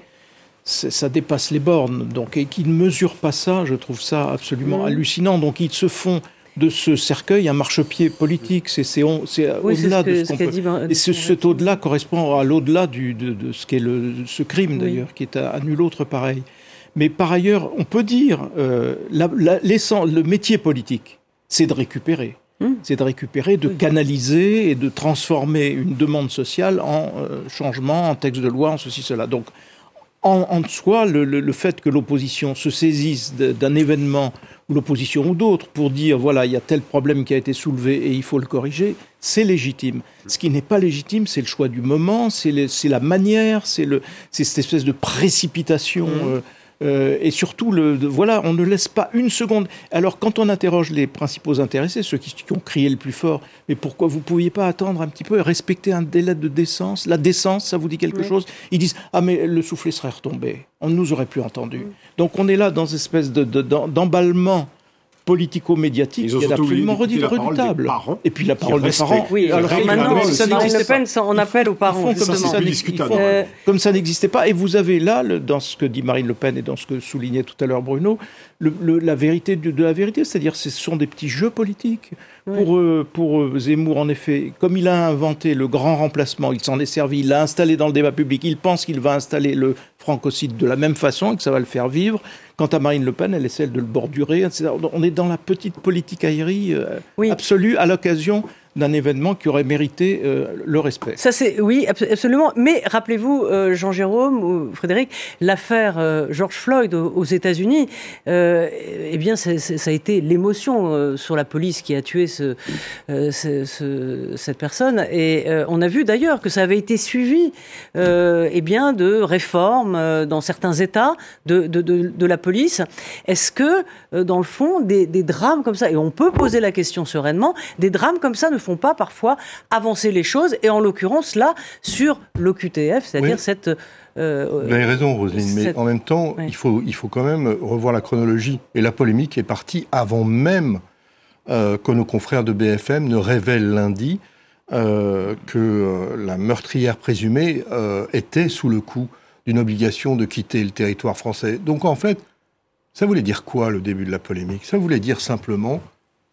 ça dépasse les bornes. Donc, et qu'ils ne mesurent pas ça, je trouve ça absolument mmh. hallucinant. Donc ils se font de ce cercueil un marchepied politique. C'est, c'est, on, c'est oui, au-delà c'est ce que, de ce qu'on ce peut... dit... Et ce, cet au-delà correspond à l'au-delà du, de, de ce qu'est le, ce crime, d'ailleurs, oui. qui est à, à nul autre pareil. Mais par ailleurs, on peut dire, euh, la, la, le métier politique, c'est de récupérer. Hum. C'est de récupérer, de oui. canaliser et de transformer une demande sociale en euh, changement, en texte de loi, en ceci, cela. Donc, en, en soi, le, le, le fait que l'opposition se saisisse de, d'un événement, ou l'opposition ou d'autres, pour dire, voilà, il y a tel problème qui a été soulevé et il faut le corriger, c'est légitime. Ce qui n'est pas légitime, c'est le choix du moment, c'est, le, c'est la manière, c'est, le, c'est cette espèce de précipitation... Mmh. Euh, Euh, et surtout, le, de, voilà, on ne laisse pas une seconde. Alors, quand on interroge les principaux intéressés, ceux qui, qui ont crié le plus fort, mais pourquoi vous ne pouviez pas attendre un petit peu et respecter un délai de décence? La décence, ça vous dit quelque oui. chose? Ils disent, ah mais le soufflet serait retombé, on ne nous aurait plus entendus. Oui. Donc on est là dans une espèce de, de, d'emballement politico-médiatique qui est absolument redoutable. Et puis la parole des parents. Oui, alors maintenant, ça n'existe pas. On appelle aux parents. Comme ça, ça, euh... comme ça n'existait pas. Et vous avez là, le, dans ce que dit Marine Le Pen et dans ce que soulignait tout à l'heure Bruno, le, le, la vérité de, de la vérité. C'est-à-dire ce sont des petits jeux politiques. Oui. Pour, euh, pour euh, Zemmour, en effet, comme il a inventé le grand remplacement, il s'en est servi, il l'a installé dans le débat public, il pense qu'il va installer le francocide de la même façon et que ça va le faire vivre. Quant à Marine Le Pen, elle essaie de le bordurer, et cetera. On est dans la petite politique aérie euh, oui. absolue à l'occasion d'un événement qui aurait mérité euh, le respect. Ça c'est oui absolument. Mais rappelez-vous euh, Jean-Jérôme ou Frédéric, l'affaire euh, George Floyd aux, aux États-Unis, euh, eh bien c'est, c'est, ça a été l'émotion euh, sur la police qui a tué ce, euh, ce, ce, cette personne. Et euh, on a vu d'ailleurs que ça avait été suivi euh, eh bien de réformes euh, dans certains États de, de, de, de la police. Est-ce que euh, dans le fond des, des drames comme ça, et on peut poser la question sereinement, des drames comme ça ne font pas parfois avancer les choses, et en l'occurrence là sur l'O Q T F, c'est-à-dire oui. cette... Euh, Vous avez raison Roselyne, cette... mais en même temps oui. il, faut, il faut quand même revoir la chronologie, et la polémique est partie avant même euh, que nos confrères de B F M ne révèlent lundi euh, que euh, la meurtrière présumée euh, était sous le coup d'une obligation de quitter le territoire français. Donc en fait, ça voulait dire quoi le début de la polémique? Ça voulait dire simplement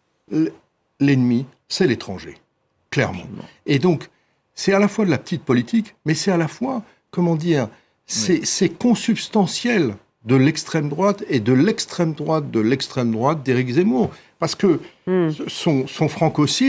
l'ennemi, c'est l'étranger, clairement. Et donc, c'est à la fois de la petite politique, mais c'est à la fois, comment dire, c'est, oui. c'est consubstantiel de l'extrême droite et de l'extrême droite de l'extrême droite d'Éric Zemmour. Parce que mm. son, son francocide,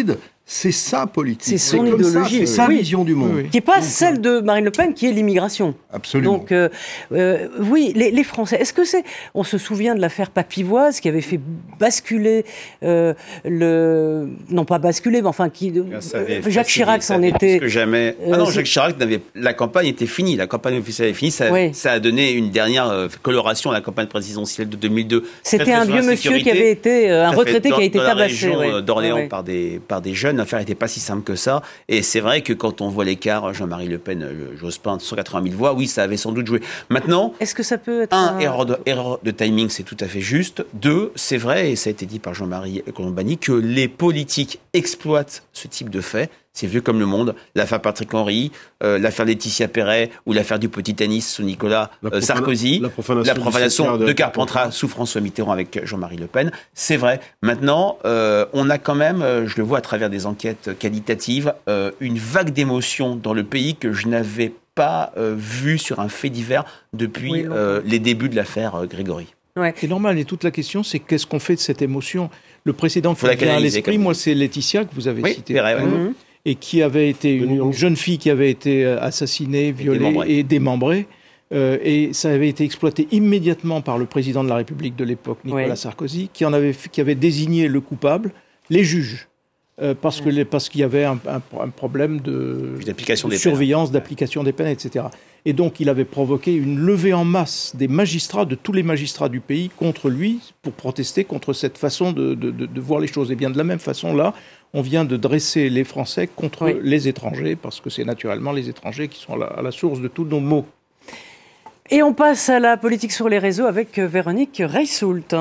C'est sa politique. C'est son c'est idéologie. C'est sa oui. vision du monde. Oui, oui. Qui n'est pas celle de Marine Le Pen, qui est l'immigration. Absolument. Donc, euh, euh, oui, les, les Français, est-ce que c'est... On se souvient de l'affaire Papivoise, qui avait fait basculer euh, le... Non, pas basculer, mais enfin, qui... Euh, Jacques Chirac s'en était... Que jamais... Ah non, Jacques Chirac, n'avait... la campagne était finie. La campagne officielle est finie. Ça, oui. ça a donné une dernière coloration à la campagne présidentielle de deux mille deux. C'était un vieux monsieur qui avait été... Un retraité dans, qui a été dans tabassé. Dans la région ouais. d'Orléans ouais. par, des, par des jeunes. L'affaire n'était pas si simple que ça. Et c'est vrai que quand on voit l'écart, Jean-Marie Le Pen, Jospin, cent quatre-vingt mille voix, oui, ça avait sans doute joué. Maintenant, est-ce que ça peut être un, un... Erreur, de, erreur de timing, c'est tout à fait juste. Deux, c'est vrai, et ça a été dit par Jean-Marie Colombani, que les politiques exploitent ce type de fait. C'est vieux comme le monde. L'affaire Patrick Henry, euh, l'affaire Laetitia Perret ou l'affaire du petit tennis sous Nicolas euh, profana- Sarkozy, la profanation, la profanation de, de Carpentras sous François Mitterrand avec Jean-Marie Le Pen. C'est vrai. Maintenant, euh, on a quand même, euh, je le vois à travers des enquêtes qualitatives, euh, une vague d'émotions dans le pays que je n'avais pas euh, vue sur un fait divers depuis oui, euh, les débuts de l'affaire euh, Grégory. Ouais. C'est normal, et toute la question, c'est qu'est-ce qu'on fait de cette émotion ? Le précédent qui vient à l'esprit, moi, c'est Laetitia, que vous avez oui, cité. Vrai, ouais. mmh. Et qui avait été une, une jeune fille qui avait été assassinée, violée et démembrée. Et, démembrée, euh, et ça avait été exploité immédiatement par le président de la République de l'époque, Nicolas oui. Sarkozy, qui, en avait, qui avait désigné le coupable, les juges, euh, parce, oui. que les, parce qu'il y avait un, un, un problème de, d'application de des surveillance, peines. d'application des peines, et cetera. Et donc, il avait provoqué une levée en masse des magistrats, de tous les magistrats du pays, contre lui, pour protester contre cette façon de, de, de, de voir les choses. Et bien, de la même façon, là, on vient de dresser les Français contre oui. les étrangers, parce que c'est naturellement les étrangers qui sont à la, à la source de tous nos maux. Et on passe à la politique sur les réseaux avec Véronique Reissoult.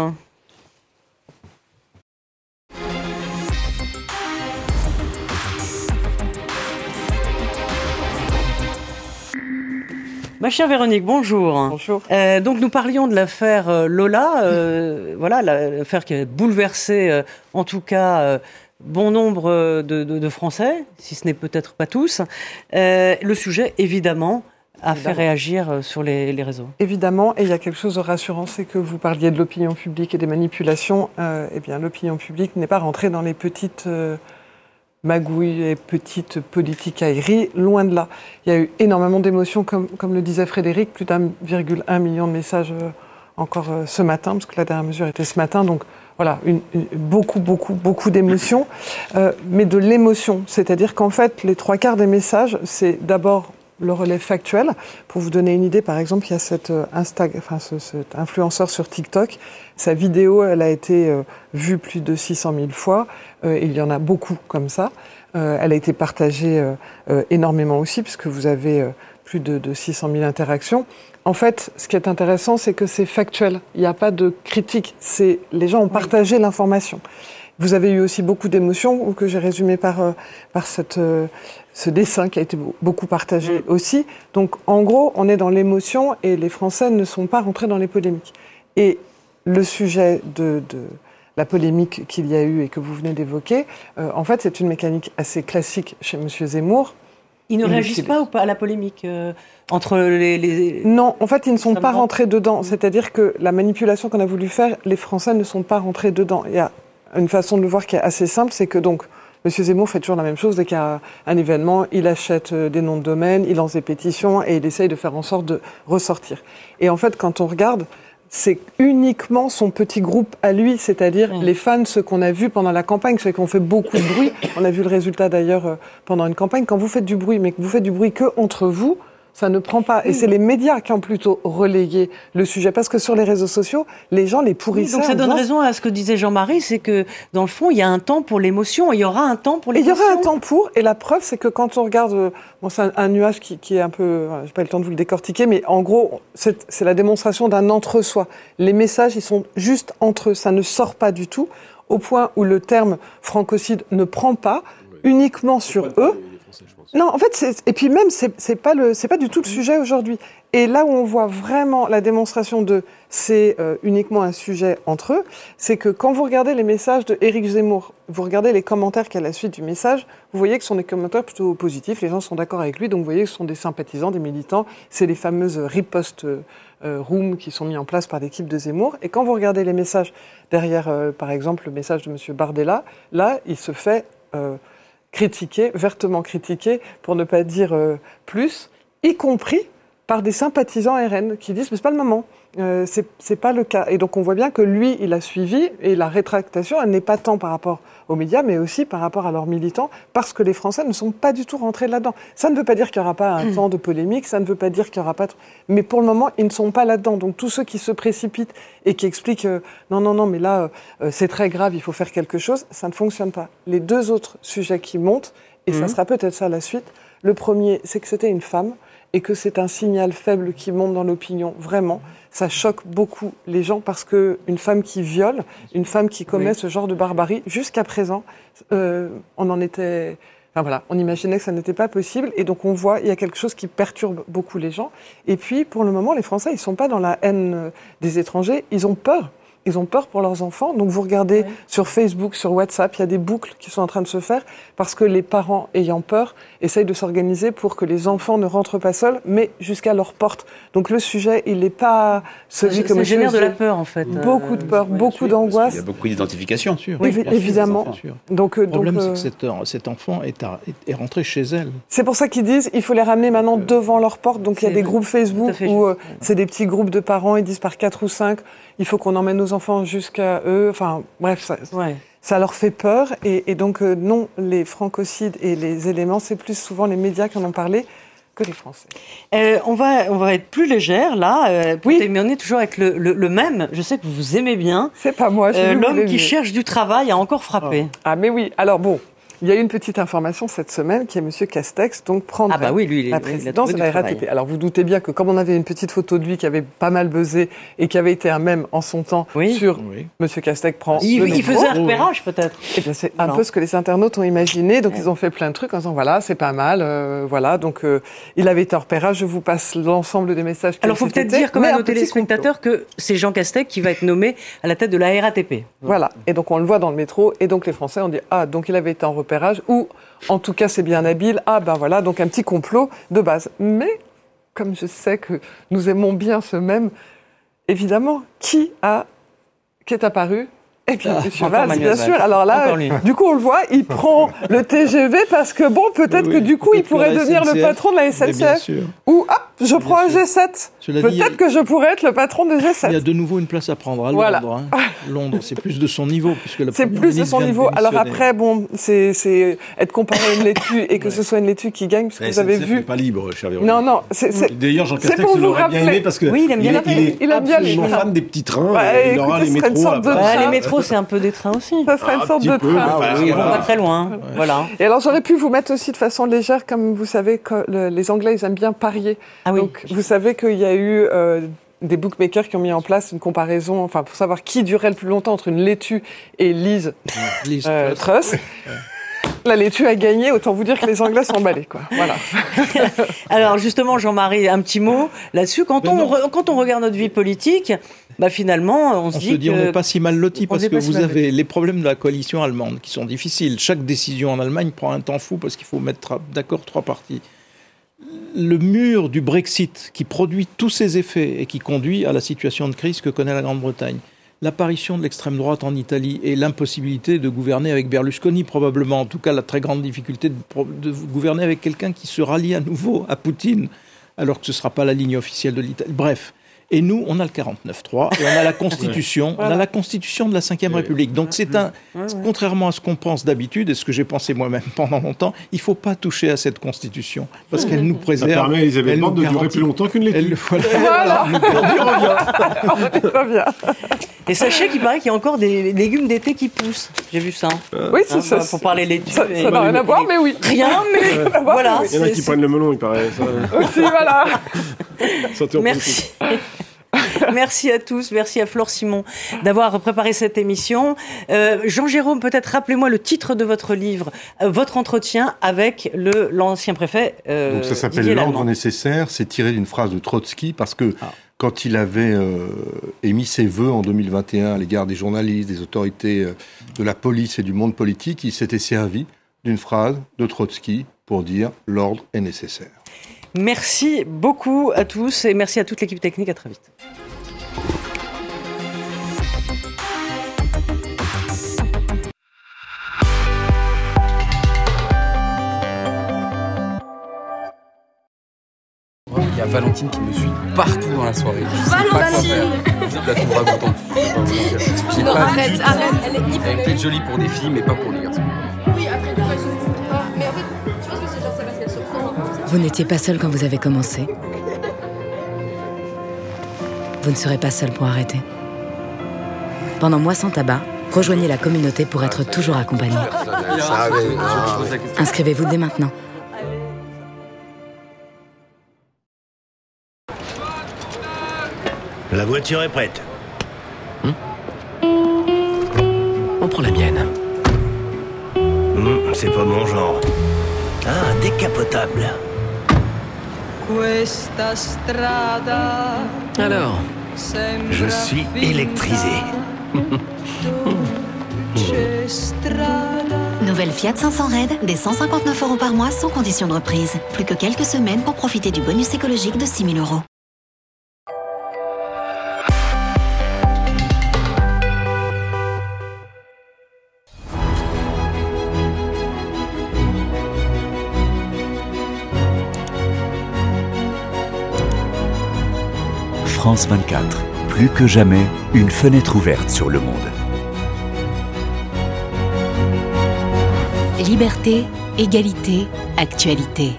Ma chère Véronique, bonjour. Bonjour. Euh, donc nous parlions de l'affaire euh, Lola, euh, voilà, l'affaire qui a bouleversé, euh, en tout cas, euh, bon nombre de, de, de Français, si ce n'est peut-être pas tous. Euh, le sujet, évidemment, a évidemment. fait réagir sur les, les réseaux. Évidemment, et il y a quelque chose de rassurant, c'est que vous parliez de l'opinion publique et des manipulations. Euh, eh bien, l'opinion publique n'est pas rentrée dans les petites... Euh, magouilles et petites politiques aériennes, loin de là. Il y a eu énormément d'émotions, comme, comme le disait Frédéric, plus d'un virgule un million de messages euh, encore euh, ce matin, parce que la dernière mesure était ce matin, donc voilà, une, une, beaucoup, beaucoup, beaucoup d'émotions, euh, mais de l'émotion, c'est-à-dire qu'en fait, les trois quarts des messages, c'est d'abord le relais factuel. Pour vous donner une idée, par exemple, il y a cette Insta, enfin, ce, cet influenceur sur TikTok. Sa vidéo, elle a été euh, vue plus de six cent mille fois. Euh, il y en a beaucoup comme ça. Euh, elle a été partagée euh, euh, énormément aussi, puisque vous avez euh, plus de, de six cent mille interactions. En fait, ce qui est intéressant, c'est que c'est factuel. Il n'y a pas de critique. C'est, les gens ont partagé oui. l'information. Vous avez eu aussi beaucoup d'émotions, que j'ai résumé par, euh, par cette... Euh, ce dessin qui a été beaucoup partagé mmh. aussi. Donc, en gros, on est dans l'émotion et les Français ne sont pas rentrés dans les polémiques. Et le sujet de, de la polémique qu'il y a eu et que vous venez d'évoquer, euh, en fait, c'est une mécanique assez classique chez M. Zemmour. Ils ne il réagissent pas ou pas à la polémique euh, entre les, les... Non, en fait, ils ne sont pas rentrés dedans. Mmh. C'est-à-dire que la manipulation qu'on a voulu faire, les Français ne sont pas rentrés dedans. Il y a une façon de le voir qui est assez simple, c'est que donc... M. Zemmour fait toujours la même chose. Dès qu'il y a un événement, il achète des noms de domaine, il lance des pétitions et il essaye de faire en sorte de ressortir. Et en fait, quand on regarde, c'est uniquement son petit groupe à lui, c'est-à-dire mmh. les fans, ceux qu'on a vus pendant la campagne, ceux qui ont fait beaucoup de bruit. On a vu le résultat d'ailleurs pendant une campagne. Quand vous faites du bruit, mais que vous faites du bruit que entre vous, ça ne prend pas. Et c'est les médias qui ont plutôt relayé le sujet. Parce que sur les réseaux sociaux, les gens les pourrissaient. Oui, donc ça donne raison à ce que disait Jean-Marie, c'est que dans le fond, il y a un temps pour l'émotion. Il y aura un temps pour l'émotion. Il y aura un temps pour. Et la preuve, c'est que quand on regarde... Bon, c'est un, un nuage qui, qui est un peu... Je n'ai pas eu le temps de vous le décortiquer, mais en gros, c'est, c'est la démonstration d'un entre-soi. Les messages, ils sont juste entre eux. Ça ne sort pas du tout, au point où le terme francocide ne prend pas, uniquement sur eux. Non, en fait, c'est, et puis même, c'est, c'est pas le, c'est pas du tout le sujet aujourd'hui. Et là où on voit vraiment la démonstration de c'est euh, uniquement un sujet entre eux, c'est que quand vous regardez les messages de Éric Zemmour, vous regardez les commentaires qu'il y a à la suite du message, vous voyez que ce sont des commentaires plutôt positifs, les gens sont d'accord avec lui, donc vous voyez que ce sont des sympathisants, des militants, c'est les fameuses riposte euh, rooms qui sont mis en place par l'équipe de Zemmour. Et quand vous regardez les messages derrière, euh, par exemple, le message de M. Bardella, là, il se fait... Euh, critiqué, vertement critiqué, pour ne pas dire euh, plus, y compris par des sympathisants R N qui disent « mais c'est pas le moment, euh, c'est, c'est pas le cas ». Et donc on voit bien que lui, il a suivi, et la rétractation, elle n'est pas tant par rapport aux médias, mais aussi par rapport à leurs militants, parce que les Français ne sont pas du tout rentrés là-dedans. Ça ne veut pas dire qu'il n'y aura pas un mmh. temps de polémique, ça ne veut pas dire qu'il n'y aura pas... De... Mais pour le moment, ils ne sont pas là-dedans. Donc tous ceux qui se précipitent et qui expliquent euh, « non, non, non, mais là, euh, c'est très grave, il faut faire quelque chose », ça ne fonctionne pas. Les deux autres sujets qui montent, et mmh. ça sera peut-être ça la suite, le premier, c'est que c'était une femme, et que c'est un signal faible qui monte dans l'opinion, vraiment. Ça choque beaucoup les gens parce qu'une femme qui viole, une femme qui commet oui. ce genre de barbarie, jusqu'à présent, euh, on en était... Enfin voilà, on imaginait que ça n'était pas possible. Et donc on voit, il y a quelque chose qui perturbe beaucoup les gens. Et puis, pour le moment, les Français, ils ne sont pas dans la haine des étrangers, ils ont peur. Ils ont peur pour leurs enfants. Donc vous regardez oui. sur Facebook, sur WhatsApp, il y a des boucles qui sont en train de se faire parce que les parents, ayant peur, essayent de s'organiser pour que les enfants ne rentrent pas seuls, mais jusqu'à leur porte. Donc le sujet, il n'est pas celui que... Ça génère de la peur, en fait. Beaucoup de peur, euh, beaucoup oui, d'angoisse. Il y a beaucoup d'identification. Sûr. Oui, Évi- évidemment. Sûr. Donc, le problème, donc, euh... c'est que cet, cet enfant est, à, est rentré chez elle. C'est pour ça qu'ils disent qu'il faut les ramener maintenant devant leur porte. Donc il y a des groupes Facebook où euh, c'est des petits groupes de parents, ils disent par quatre ou cinq, il faut qu'on emmène nos enfants jusqu'à eux. Enfin, bref, ça, ouais. ça leur fait peur. Et, et donc, euh, non, les francocides et les éléments, c'est plus souvent les médias qui en ont parlé que les Français. Euh, on, va, on va être plus légère, là. Euh, oui. Mais on est toujours avec le, le, le même. Je sais que vous aimez bien. C'est pas moi. Euh, l'homme qui cherche du travail a encore frappé. Oh. Ah, mais oui. Alors, bon... Il y a eu une petite information cette semaine qui est M. Castex, donc prendre ah bah oui, lui, il est, la présidence de la R A T P. Alors vous doutez bien que comme on avait une petite photo de lui qui avait pas mal buzzé et qui avait été un mème en son temps oui. sur oui. M. Castex prend il, le il faisait un repérage peut-être. Et bien c'est un peu ce que les internautes ont imaginé, donc ouais. ils ont fait plein de trucs en disant voilà c'est pas mal, euh, voilà donc euh, il avait été en repérage. Je vous passe l'ensemble des messages. Alors il faut peut-être dire quand même à nos téléspectateurs que c'est Jean Castex qui va être nommé à la tête de la R A T P. Voilà et donc on le voit dans le métro et donc les Français ont dit ah donc il avait été en repérage ou en tout cas, c'est bien habile. Ah, ben voilà, donc un petit complot de base. Mais, comme je sais que nous aimons bien ce même, évidemment, qui a, qui est apparu ? Et puis, ah, M. Valls, bien sûr. Alors là, du coup, on le voit, il prend le T G V parce que, bon, peut-être oui, que du coup, il pourrait devenir le patron de la S N C F. Ou, hop, je prends bien un G sept. Peut-être dit, que je pourrais être le patron de G sept. Il y a de nouveau une place à prendre à Londres. Voilà. Hein. Londres, c'est plus de son niveau. Puisque la c'est plus de son niveau. Alors après, bon, c'est, c'est être comparé à une laitue et que ouais. ce soit une laitue qui gagne, puisque vous avez vu... n'est pas libre, cher Véronique. Non, non. C'est, c'est... D'ailleurs, Jean Castex l'aurait bien aimé parce que oui, il aime bien il, il, il est absolument fan des petits trains. Il aura les métros. Les métros, c'est un peu des trains aussi. Ça serait une sorte de train. Ah, oui, voilà. Pas très loin. Ouais. Voilà. Et alors j'aurais pu vous mettre aussi de façon légère, comme vous savez que le, les Anglais ils aiment bien parier. Ah oui. Donc vous savez qu'il y a eu euh, des bookmakers qui ont mis en place une comparaison, enfin pour savoir qui durait le plus longtemps entre une laitue et Liz, Liz euh, Truss. La laitue a gagné, autant vous dire que les Anglais sont emballés, quoi. Voilà. Alors justement, Jean-Marie, un petit mot là-dessus. Quand on, re, quand on regarde notre vie politique, bah finalement, on, on se dit, se dit que... on n'est pas si mal loti parce que vous si avez les problèmes de la coalition allemande qui sont difficiles. Chaque décision en Allemagne prend un temps fou parce qu'il faut mettre d'accord trois partis. Le mur du Brexit qui produit tous ces effets et qui conduit à la situation de crise que connaît la Grande-Bretagne. L'apparition de l'extrême droite en Italie et l'impossibilité de gouverner avec Berlusconi, probablement, en tout cas la très grande difficulté de, de gouverner avec quelqu'un qui se rallie à nouveau à Poutine, alors que ce ne sera pas la ligne officielle de l'Italie. Bref. Et nous, on a le quarante-neuf trois, et on a la Constitution, voilà. on a la Constitution de la cinquième République. Donc c'est un, ouais, ouais. contrairement à ce qu'on pense d'habitude, et ce que j'ai pensé moi-même pendant longtemps, il ne faut pas toucher à cette Constitution, parce qu'elle nous préserve. Ça permet à Elisabeth Borne de durer plus longtemps qu'une laitue. Elle, voilà, voilà. On revient. Et sachez qu'il paraît qu'il y a encore des légumes d'été qui poussent. J'ai vu ça. Euh, oui, c'est hein, ça. Pour parler laitue. Ça n'a bah, rien à voir, mais oui. Rien, mais euh, voilà. Il y en a qui prennent le melon, il paraît. Ça... Aussi, voilà. Merci. Merci à tous, merci à Flore Simon d'avoir préparé cette émission. Euh, Jean-Jérôme, peut-être rappelez-moi le titre de votre livre, euh, votre entretien avec le, l'ancien préfet. Euh, Donc ça s'appelle L'ordre nécessaire, c'est tiré d'une phrase de Trotsky parce que ah. quand il avait euh, émis ses vœux en deux mille vingt et un à l'égard des journalistes, des autorités euh, de la police et du monde politique, il s'était servi d'une phrase de Trotsky pour dire « l'ordre est nécessaire ». Merci beaucoup à tous et merci à toute l'équipe technique. À très vite. Valentine qui me suit partout dans la soirée. Je sais pas quoi faire. Je la trouverai contente. J'ai non, pas arrête, du tout- arrête, elle est hyper Elle est peut-être jolie pour des filles, mais pas pour les garçons. Oui, après, tu vois, ils se font pas. Mais en fait, je pense que c'est genre ça parce qu'elle se ressent. Vous n'étiez pas seul quand vous avez commencé. Vous ne serez pas seul pour arrêter. Pendant Moi sans tabac, rejoignez la communauté pour être toujours accompagné. Inscrivez-vous dès maintenant. La voiture est prête. Hum On prend la mienne. Hum, c'est pas mon genre. Ah, décapotable. Alors, je suis électrisé. Nouvelle Fiat cinq cents Red, des cent cinquante-neuf euros par mois sans condition de reprise. Plus que quelques semaines pour profiter du bonus écologique de six mille euros. France vingt-quatre, plus que jamais, une fenêtre ouverte sur le monde. Liberté, égalité, actualité.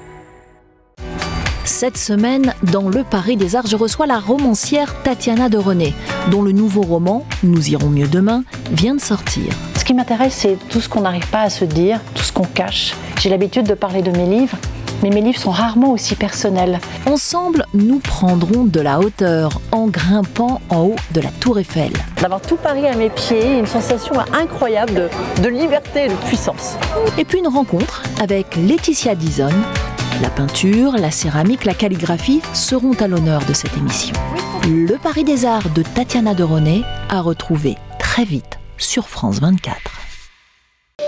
Cette semaine, dans Le Paris des Arts, je reçois la romancière Tatiana de René, dont le nouveau roman, Nous irons mieux demain, vient de sortir. Ce qui m'intéresse, c'est tout ce qu'on n'arrive pas à se dire, tout ce qu'on cache. J'ai l'habitude de parler de mes livres, mais mes livres sont rarement aussi personnels. Ensemble, nous prendrons de la hauteur en grimpant en haut de la Tour Eiffel. D'avoir tout Paris à mes pieds, une sensation incroyable de, de liberté et de puissance. Et puis une rencontre avec Laetitia Dizon. La peinture, la céramique, la calligraphie seront à l'honneur de cette émission. Le Paris des Arts de Tatiana de René à retrouver très vite sur France vingt-quatre.